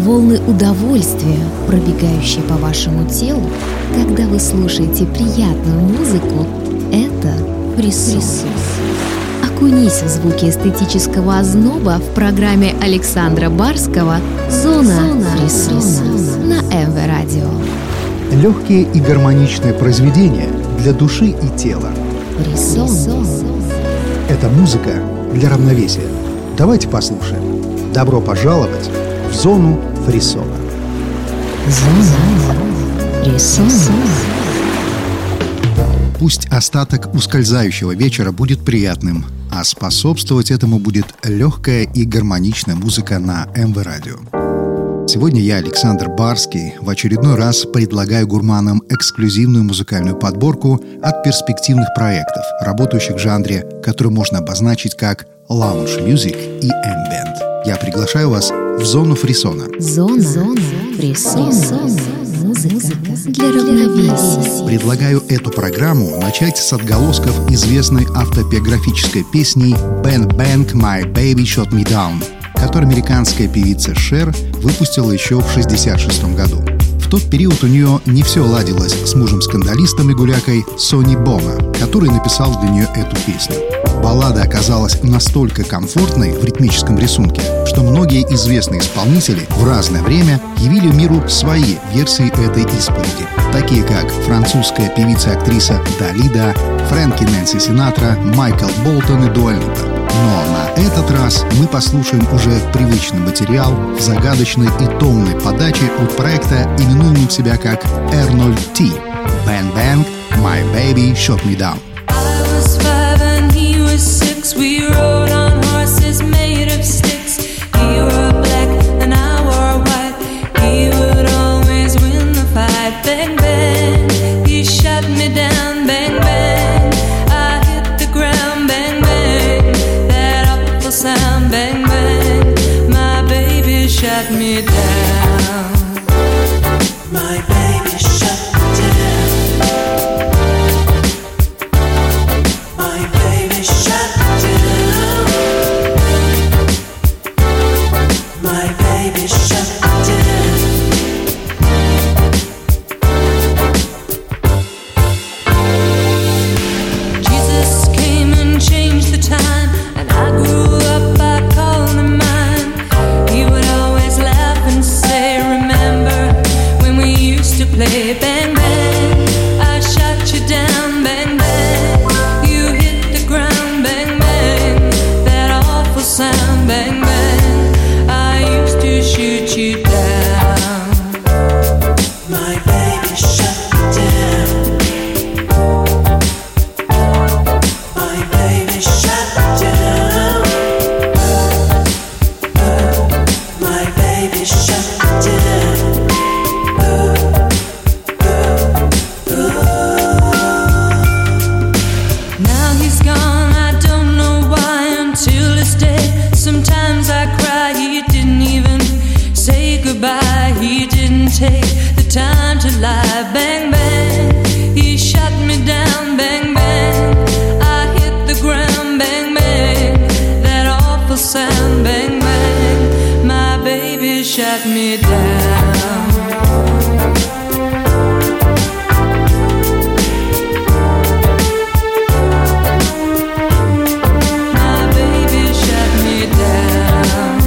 волны удовольствия, пробегающие по вашему телу, когда вы слушаете приятную музыку, это фрисон. Окунись в звуки эстетического озноба в программе Александра Барского «Зона фрисона» на МВ Радио. Легкие и гармоничные произведения для души и тела. Фрисон. Это музыка для равновесия. Давайте послушаем. Добро пожаловать в зону фрисона. Зона фрисона. Пусть остаток ускользающего вечера будет приятным, а способствовать этому будет легкая и гармоничная музыка на МВ Радио. Сегодня я, Александр Барский, в очередной раз предлагаю гурманам эксклюзивную музыкальную подборку от перспективных проектов, работающих в жанре, который можно обозначить как лаунж-мьюзик и эмбиент. Я приглашаю вас в зону фрисона. Зона фрисона. Музыка для равновесия. Предлагаю эту программу начать с отголосков известной автобиографической песни «Bang Bang, My Baby Shot Me Down», которую американская певица Шер выпустила еще в 1966 году. В тот период у нее не все ладилось с мужем-скандалистом и гулякой Сонни Боно, который написал для нее эту песню. Баллада оказалась настолько комфортной в ритмическом рисунке, что многие известные исполнители в разное время явили миру свои версии этой исповеди, такие как французская певица и актриса Далида, Фрэнки Нэнси Синатра, Майкл Болтон и Дуа Липа. Но на этот раз мы послушаем уже привычный материал в загадочной и томной подаче от проекта, именуемого себя как R0T. Bang Bang, My Baby Shot Me Down. We rode on horses made of sticks. He wore black and I wore white. He would always win the fight. Bang, bang, he shot me down. Bang, bang, I hit the ground. Bang, bang, that awful sound. Bang, bang, my baby shot me down. My baby shot me down. My baby shot me down. My baby shut down. Jesus came and changed the time, and I grew up, I called him mine. He would always laugh and say, remember when we used to play? Bang, bang, I shot you down. Bang, bang, you hit the ground. Bang, bang, that awful sound. Bang, bang, I used to shoot you down. My baby shut down. My baby shut down. My baby shut down. Now he's gone, I don't know why, until this day. Sometimes I cry, he didn't even say goodbye. He didn't take the time to lie. Bang, bang, he shut me down. Bang, bang, I hit the ground. Bang, bang, that awful sound. Bang, bang, my baby shut me down. My baby shut me down.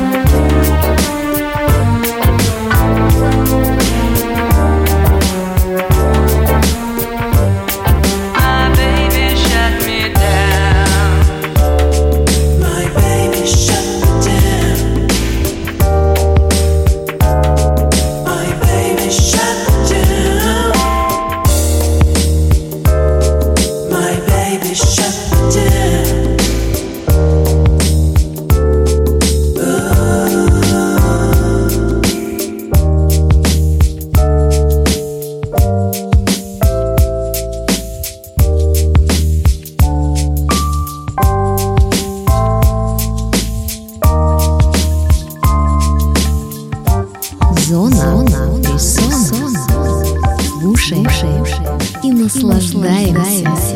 My baby shut me down. My baby shut me down. My baby shut me down. My baby shut me down. Зона фрисона. Слушаем и наслаждаемся.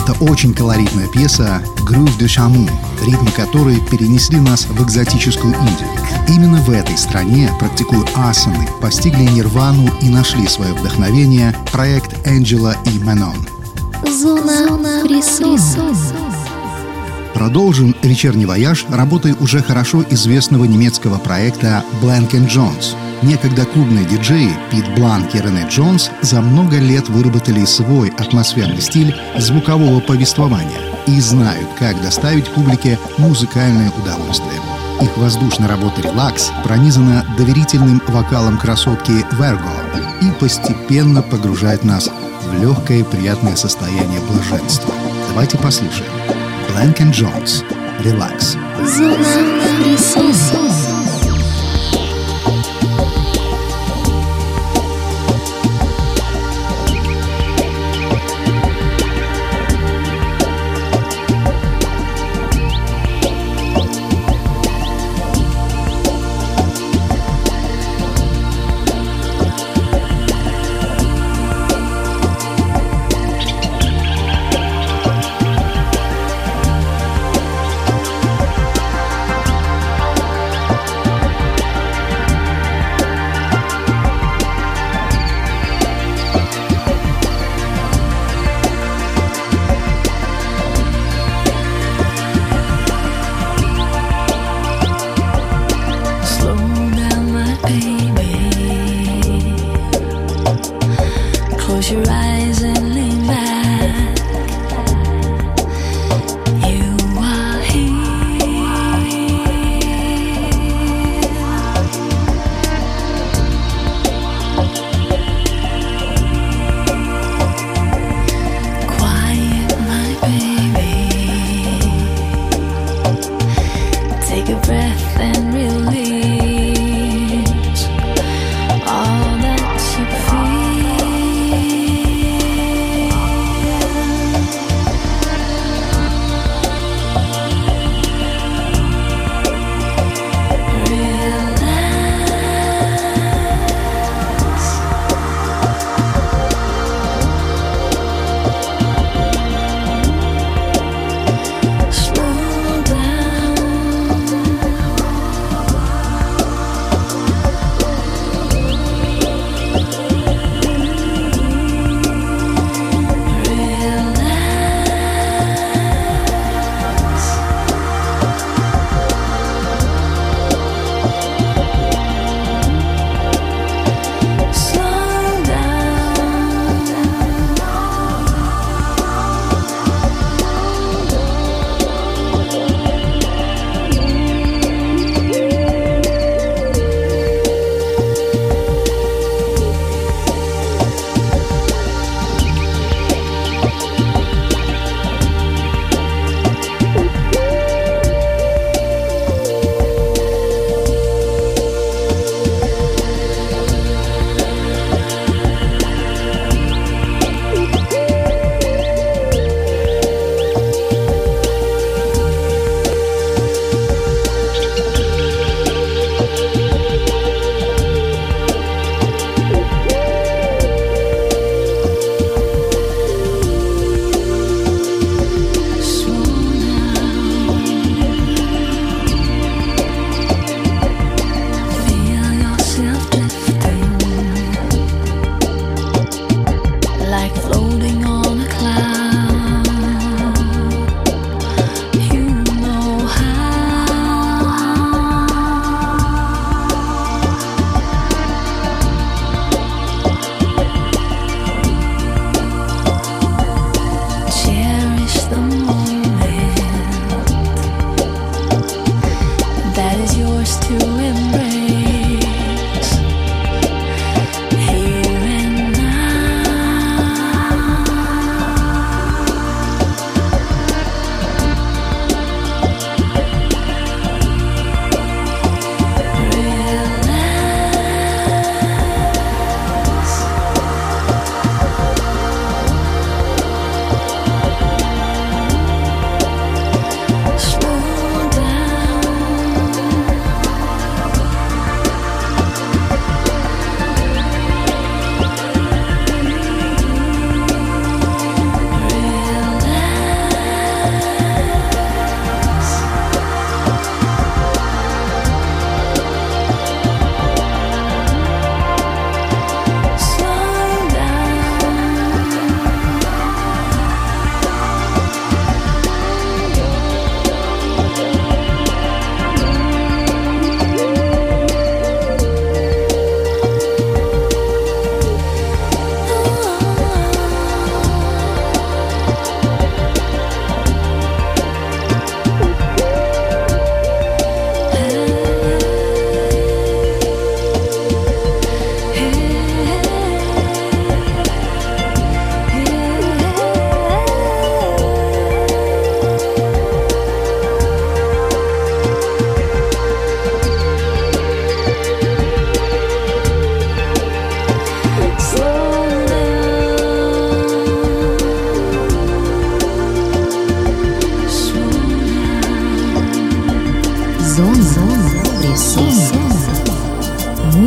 Это очень колоритная пьеса «Groove de Chamoux», ритмы которой перенесли нас в экзотическую Индию. Именно в этой стране, практикуя асаны, постигли нирвану и нашли свое вдохновение проект Энджела и Менон. Зона фрисон. Продолжим вечерний вояж работой уже хорошо известного немецкого проекта Blank & Jones. Некогда клубные диджеи Пит Бланк и Рене Джонс за много лет выработали свой атмосферный стиль звукового повествования и знают, как доставить публике музыкальное удовольствие. Их воздушная работа «Релакс» пронизана доверительным вокалом красотки Верго и постепенно погружает нас в легкое и приятное состояние блаженства. Давайте послушаем. Blank & Jones. Relax. Зона фрисон.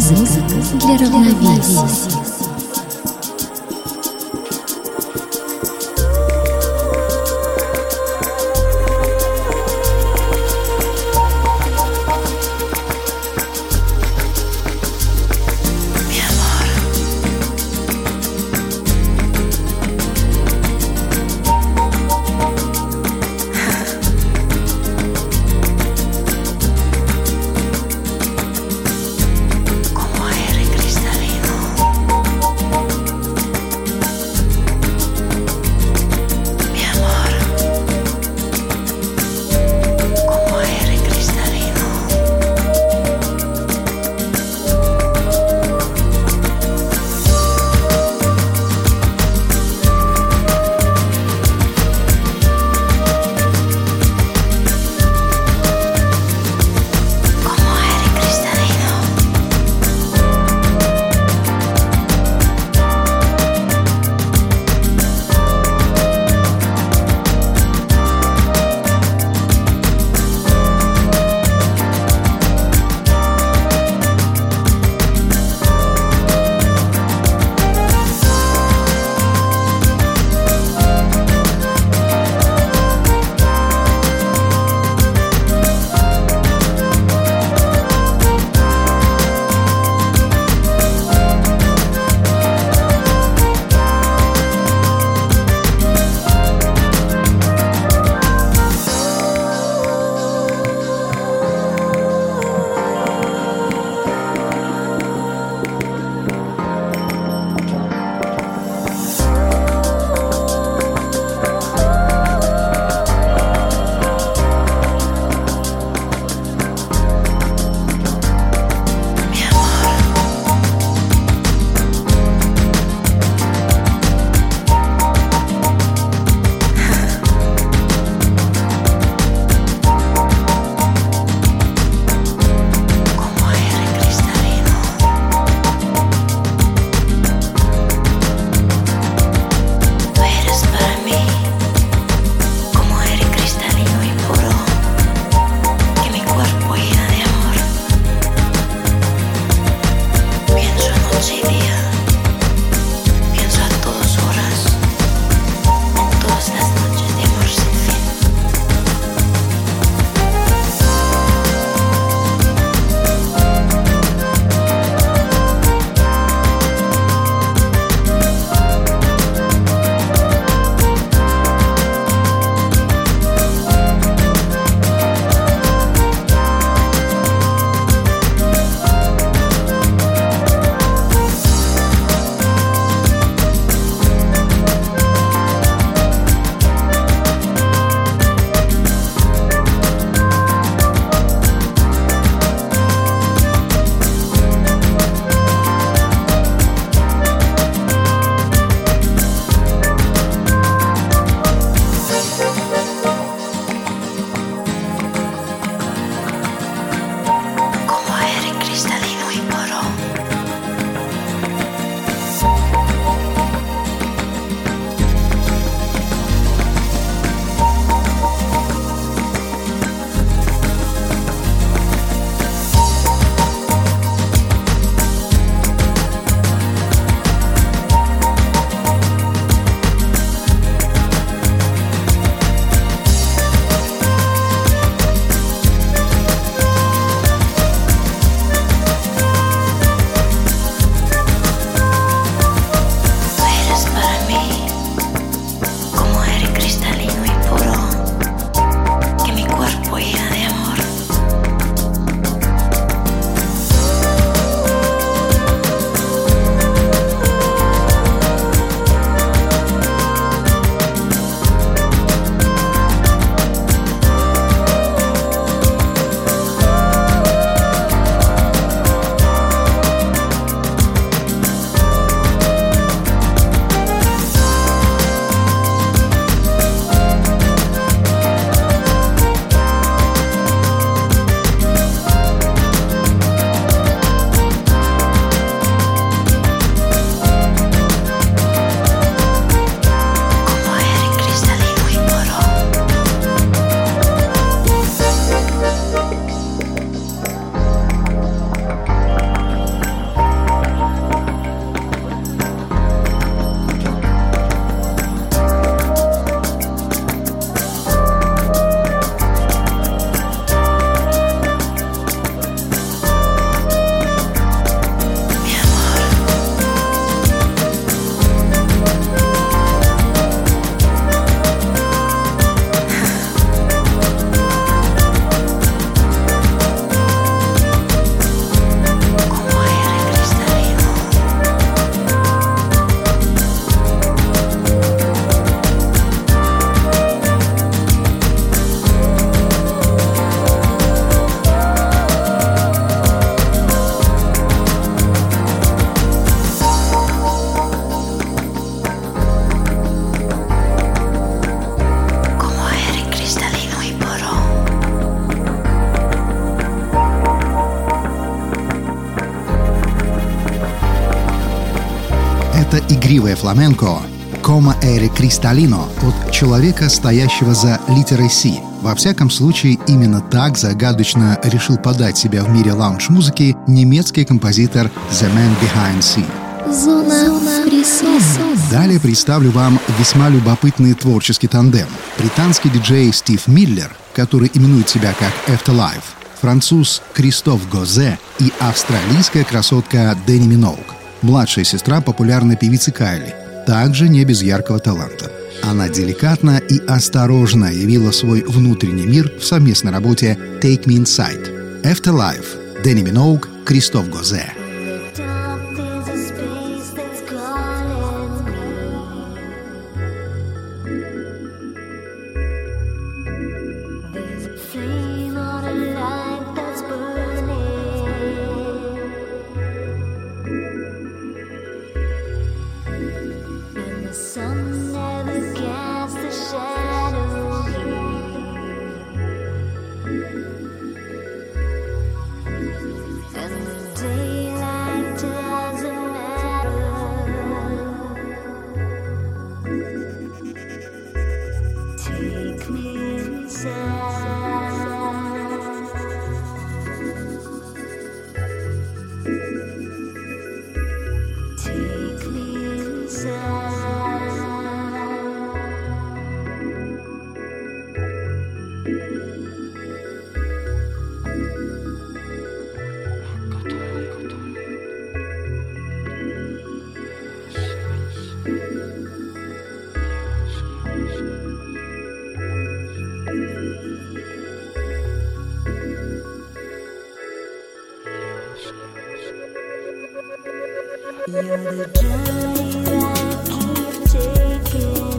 Музыка для равновесия. Como aire cristalino. красивое фламенко «Como ere cristalino» от человека, стоящего за литерой «С». Во всяком случае, именно так загадочно решил подать себя в мире лаунж-музыки немецкий композитор The Man Behind Sea. Зона фрисон. Далее представлю вам весьма любопытный творческий тандем. Британский диджей Стив Миллер, который именует себя как Afterlife, француз Кристоф Гозе и австралийская красотка Дэнни Миноуг, младшая сестра популярной певицы Кайли, также не без яркого таланта. Она деликатно и осторожно явила свой внутренний мир в совместной работе «Take Me Inside». Afterlife, Дэнни Миноуг, Кристоф Гозе. You're the journey that keeps taking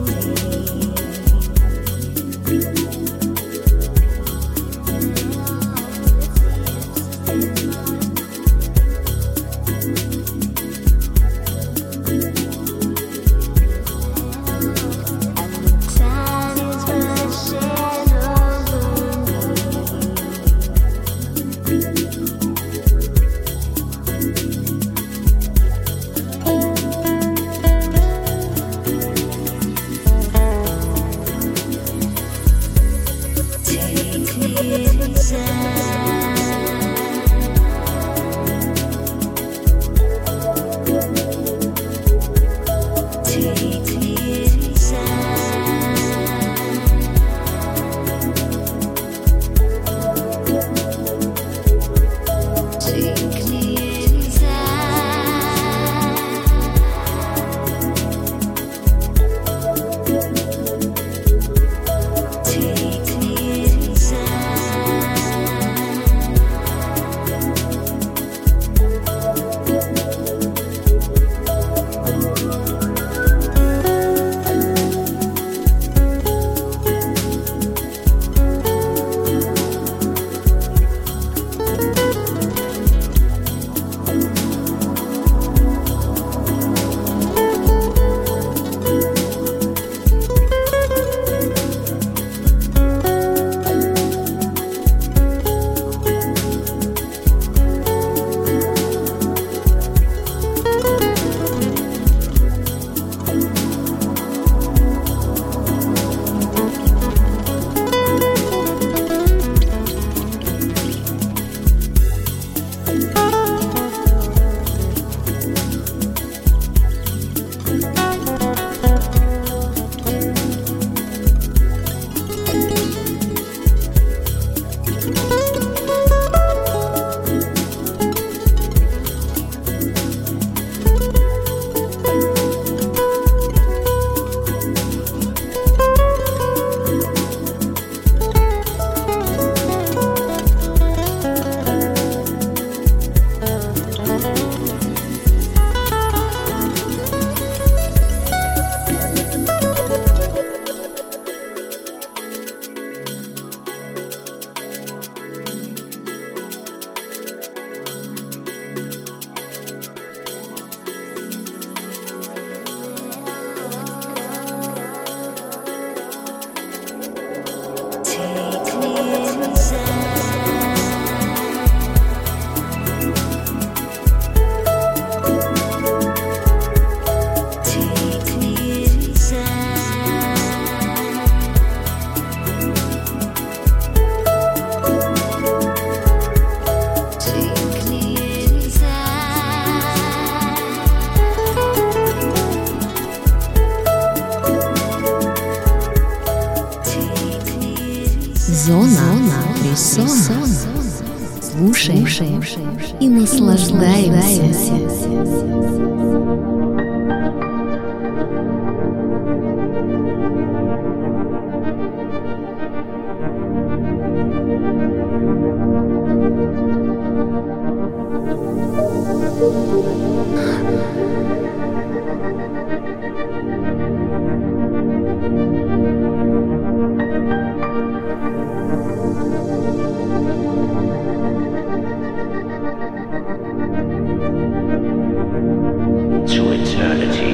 Зона фрисона. Слушаем и наслаждаемся. To eternity.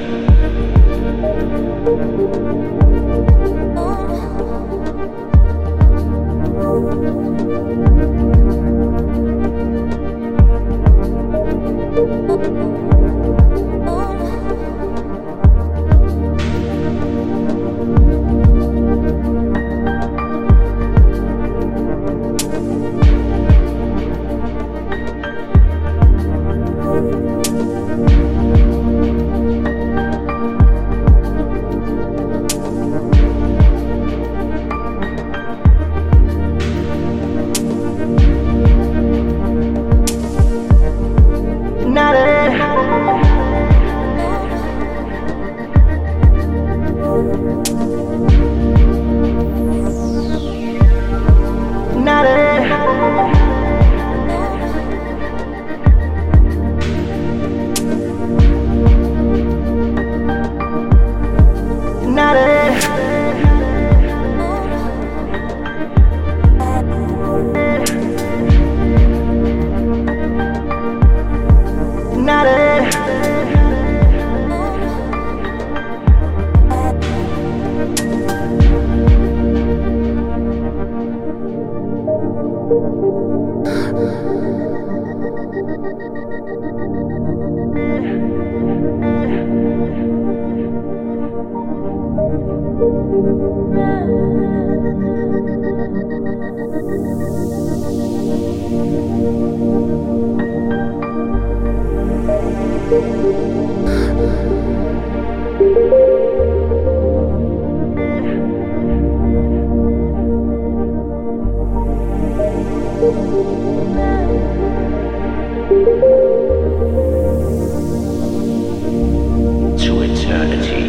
To eternity.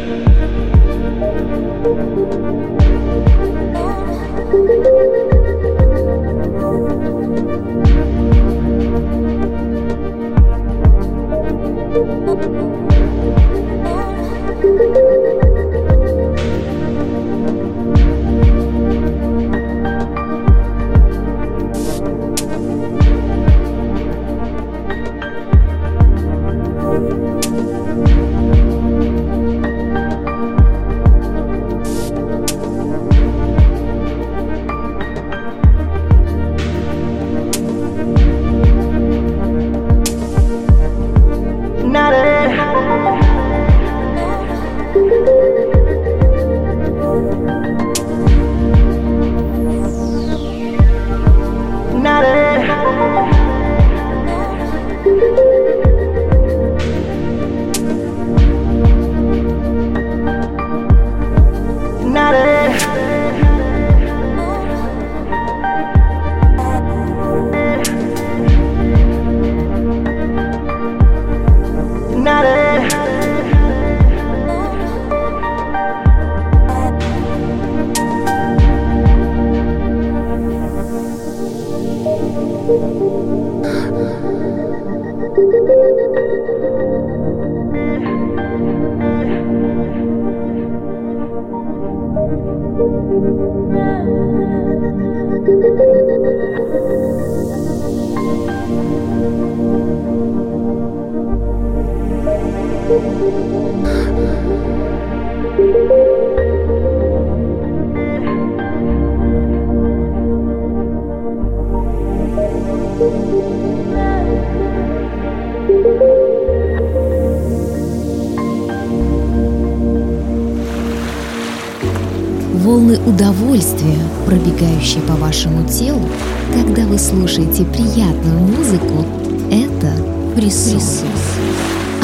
Волны удовольствия, пробегающие по вашему телу, когда вы слушаете приятную музыку, это фрисон.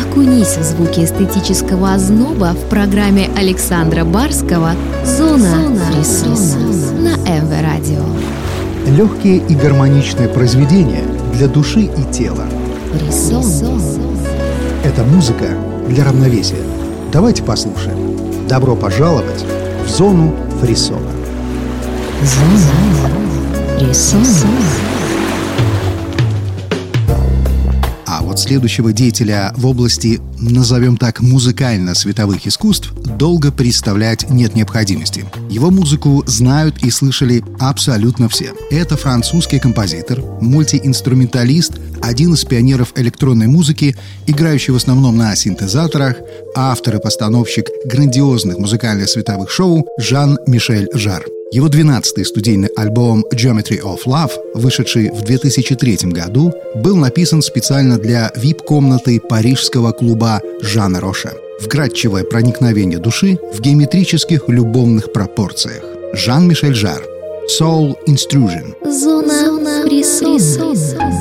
Окунись в звуки эстетического озноба в программе Александра Барского «Зона фрисона» на МВ Радио. Легкие и гармоничные произведения для души и тела. Фрисон. Это музыка для равновесия. Давайте послушаем. Добро пожаловать в зону фрисона. Зона фрисона. А вот следующего деятеля в области, назовем так, музыкально-световых искусств долго представлять нет необходимости. Его музыку знают и слышали абсолютно все. Это французский композитор, мультиинструменталист, один из пионеров электронной музыки, играющий в основном на синтезаторах, автор и постановщик грандиозных музыкально-световых шоу Жан-Мишель Жар. Его 12-й студийный альбом «Geometry of Love», вышедший в 2003 году, был написан специально для вип-комнаты парижского клуба Жана Роша. Вкрадчивое проникновение души в геометрических любовных пропорциях. Жан-Мишель Жар. Soul Intrusion. Зона фрисона.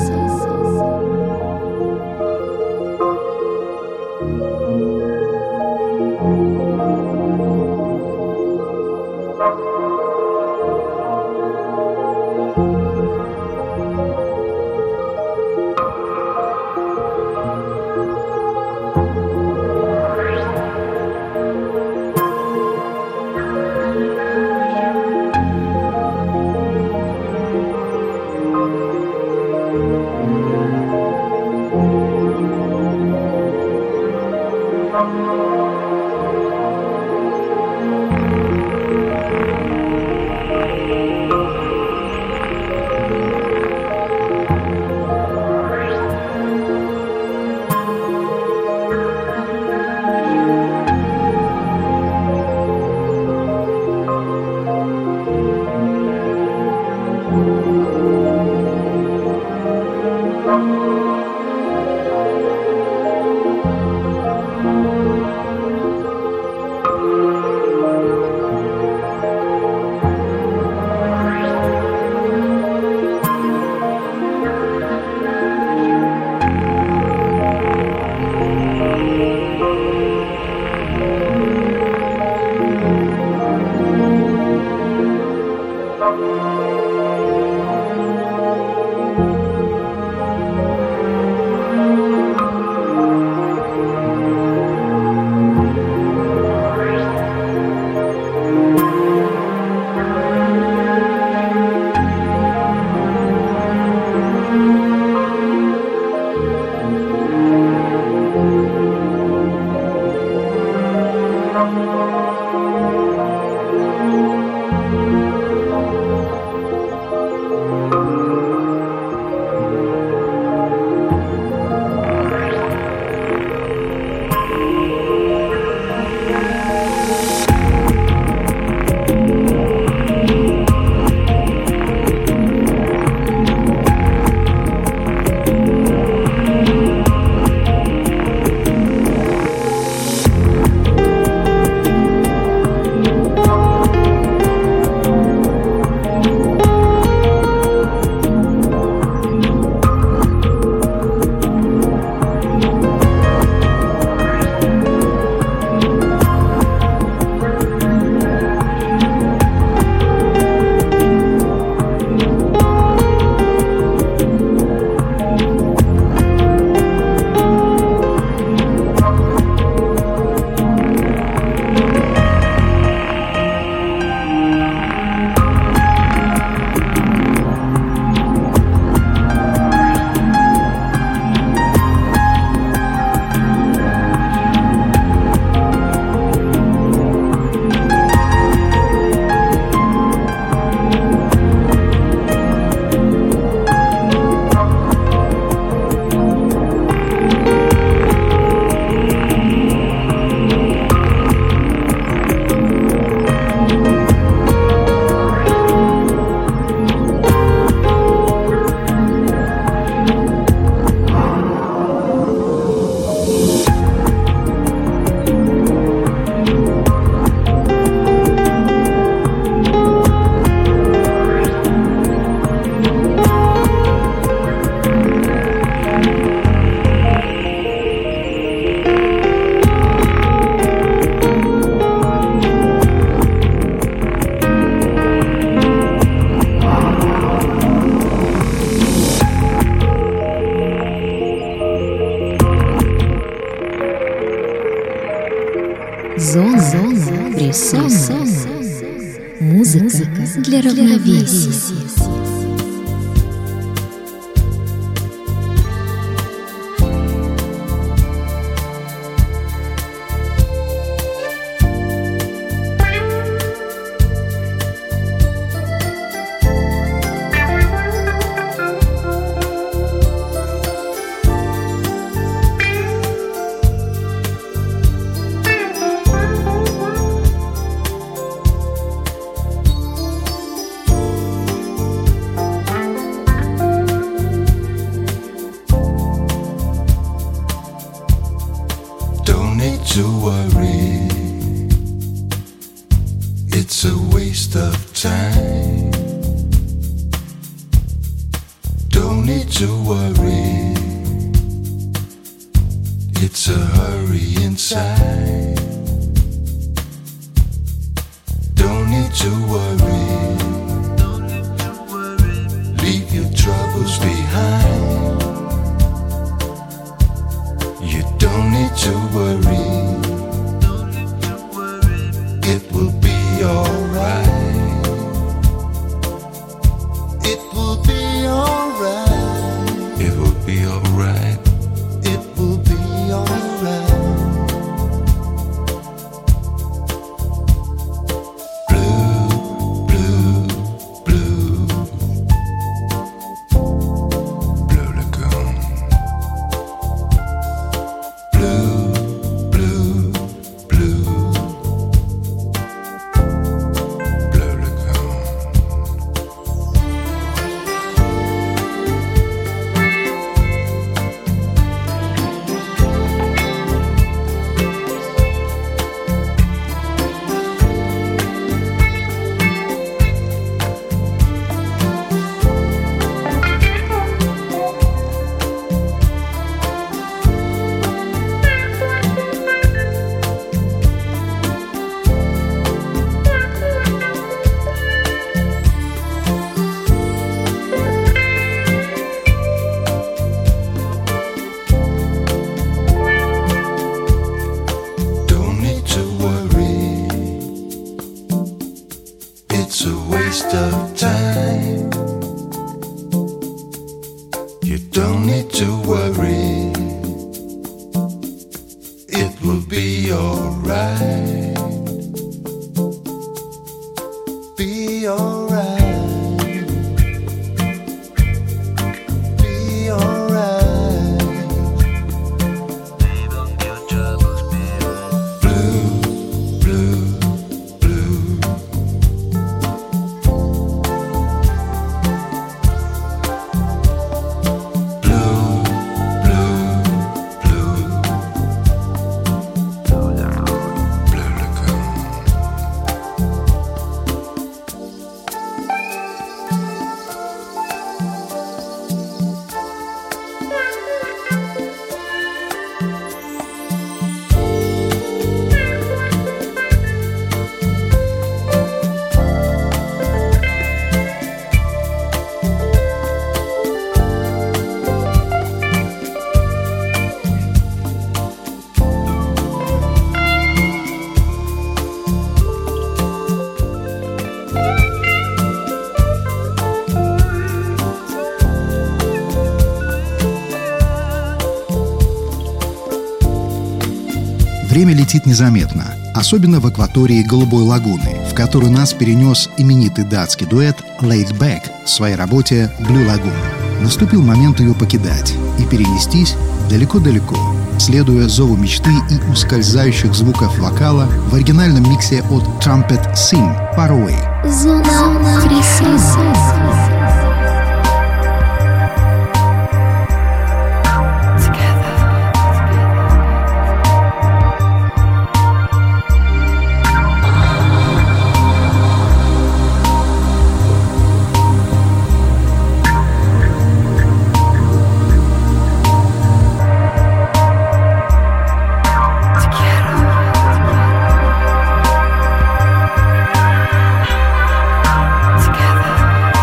Зона фриссона. Музыка для равновесия. To worry, it's a waste of time. Don't need to worry, it's a hurry inside. Don't need to worry, leave your troubles behind. You don't need to worry, it will be alright. It will be alright. It will be alright. It will be alright. Blue, blue, blue, Blue Lagoon. Blue, blue, blue, Blue Lagoon. Don't need to worry, it's a waste of time. You don't need to worry, it will be alright. Be alright. Be alright. Blue, blue, blue. Blue, blue, blue. Blue Lagoon. Время летит незаметно, особенно в акватории Голубой лагуны, в которую нас перенес именитый датский дуэт Laid Back в своей работе Blue Lagoon. Наступил момент ее покидать и перенестись далеко-далеко, следуя зову мечты и ускользающих звуков вокала в оригинальном миксе от Trumpet Sing Far Away. Зона фриссона. Together.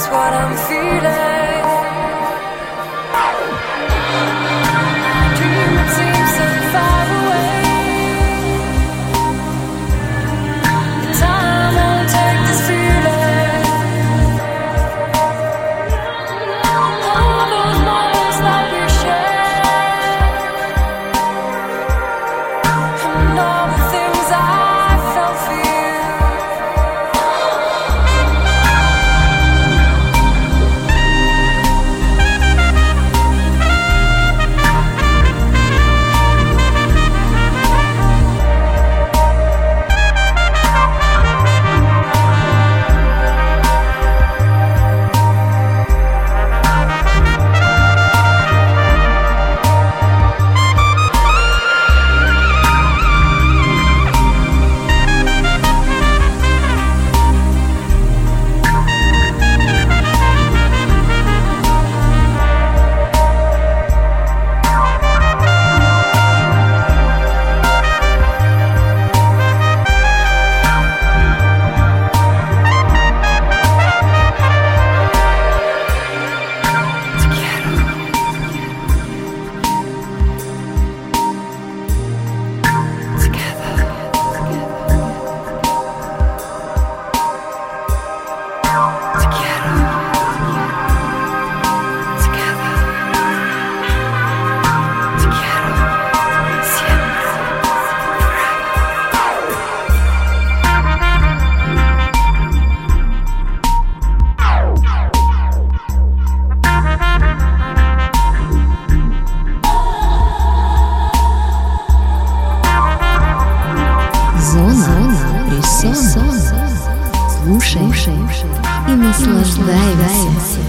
what I'm feeling. Dream it seems so far away. Time won't take this feeling. All those moments that we shared, and all the things I felt for you. Слушай и наслаждайся.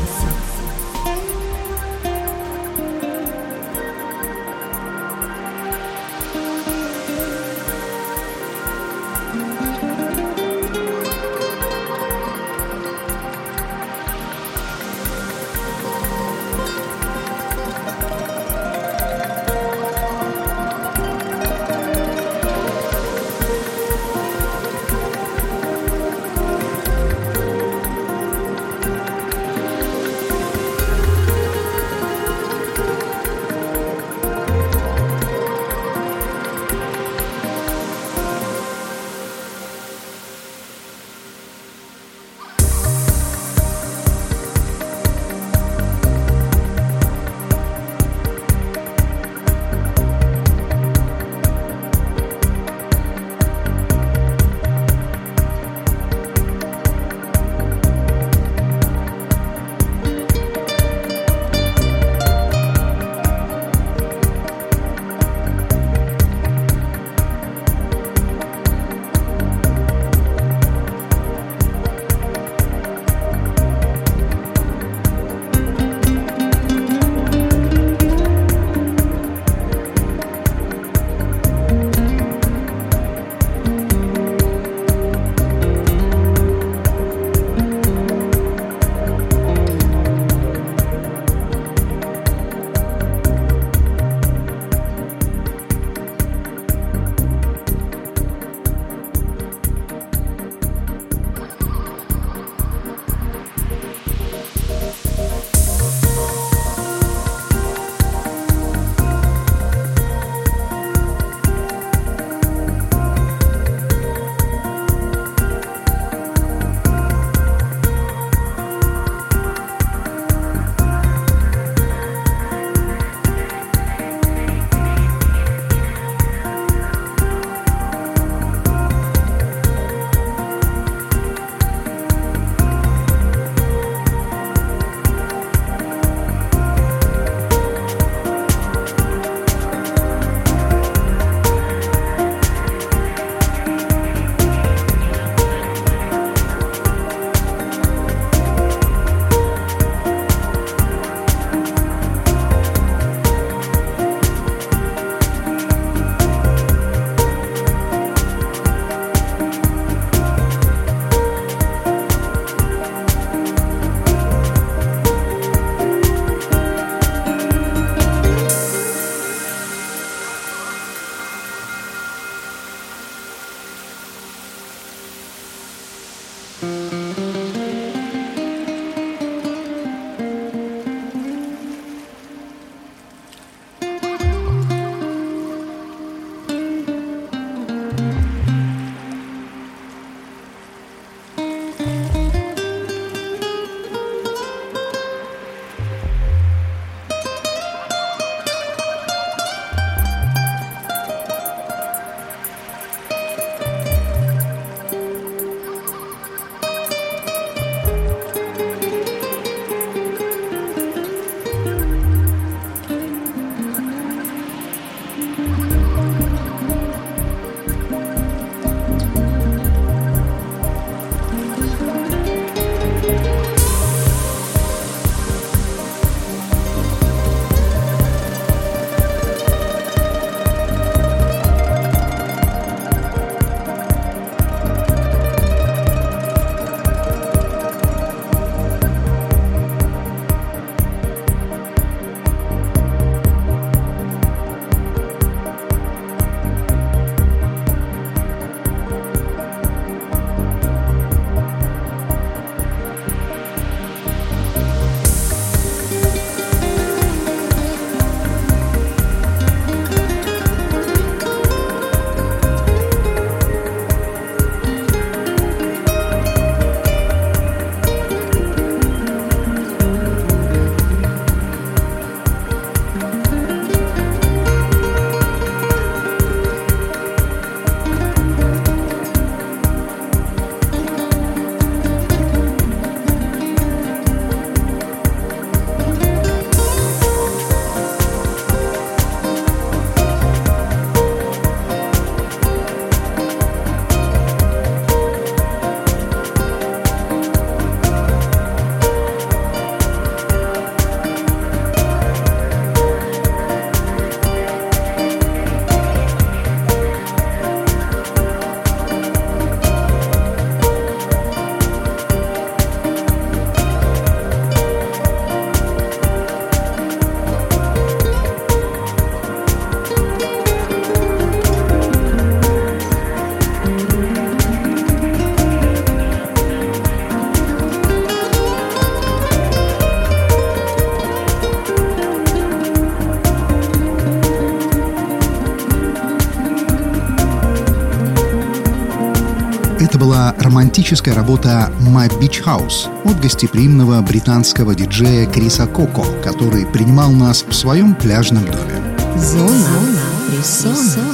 Это была романтическая работа «My Beach House» от гостеприимного британского диджея Криса Коко, который принимал нас в своем пляжном доме. Зона фрисона.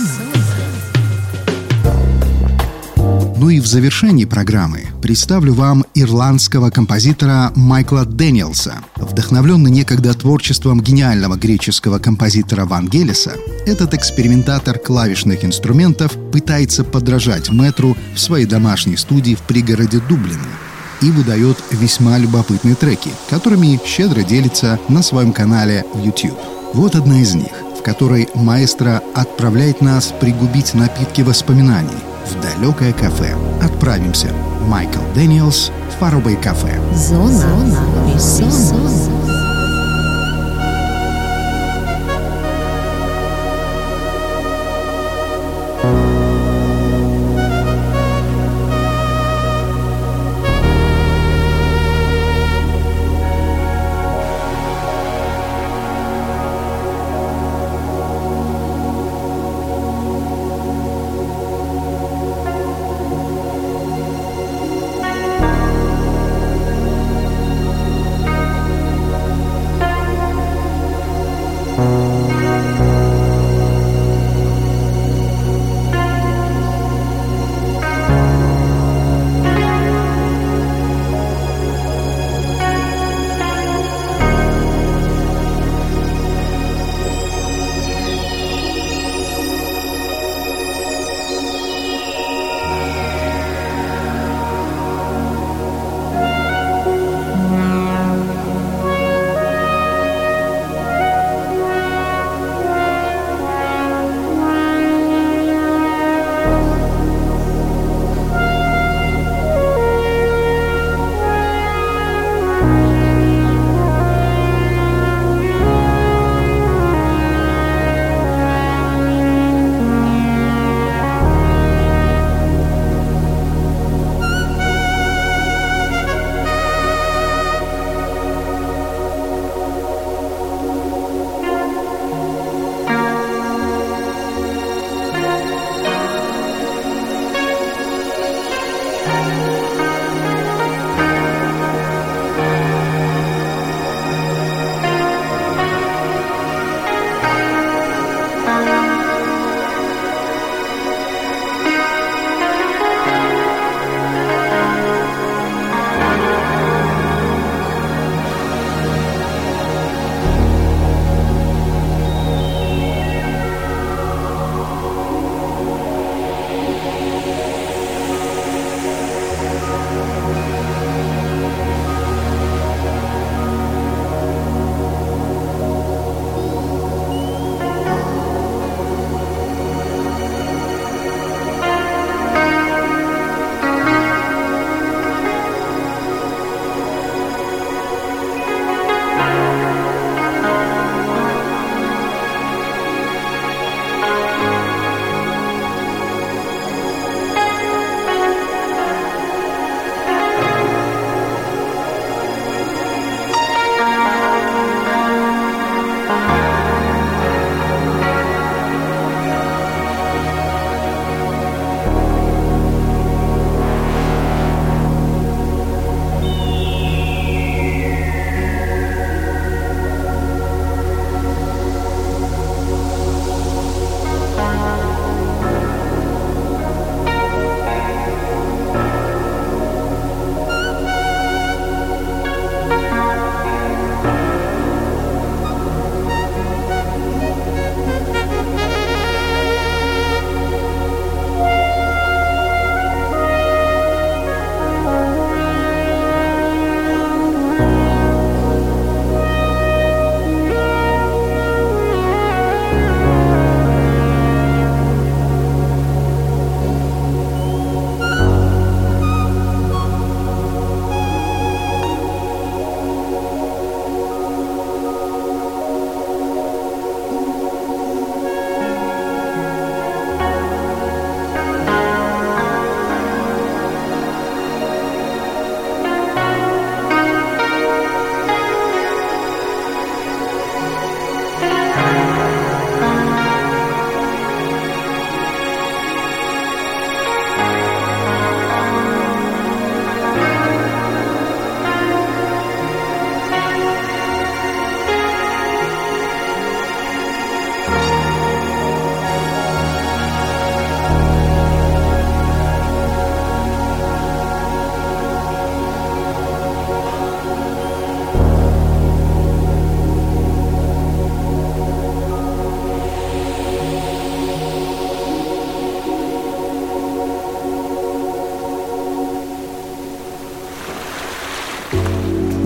Ну и в завершении программы представлю вам ирландского композитора Майкла Дэниелса. Вдохновленный некогда творчеством гениального греческого композитора Вангелиса, этот экспериментатор клавишных инструментов пытается подражать мэтру в своей домашней студии в пригороде Дублина и выдает весьма любопытные треки, которыми щедро делится на своем канале в YouTube. Вот одна из них, в которой маэстро отправляет нас пригубить напитки воспоминаний в далекое кафе. Отправимся. Майкл Дэниелс, Faraway Cafe. Зона фрисона.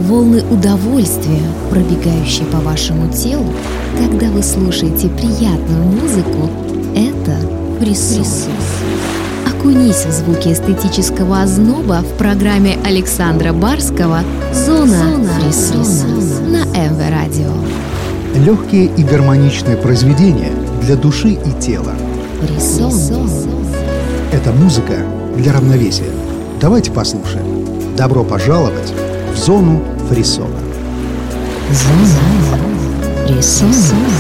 волны удовольствия, пробегающие по вашему телу, когда вы слушаете приятную музыку, это фрисон. Окунись в звуки эстетического озноба в программе Александра Барского «Зона фрисона» на МВ Радио. Легкие и гармоничные произведения для души и тела. Фрисон. Это музыка для равновесия. Давайте послушаем. Добро пожаловать в зону фрисона. Зона фрисона.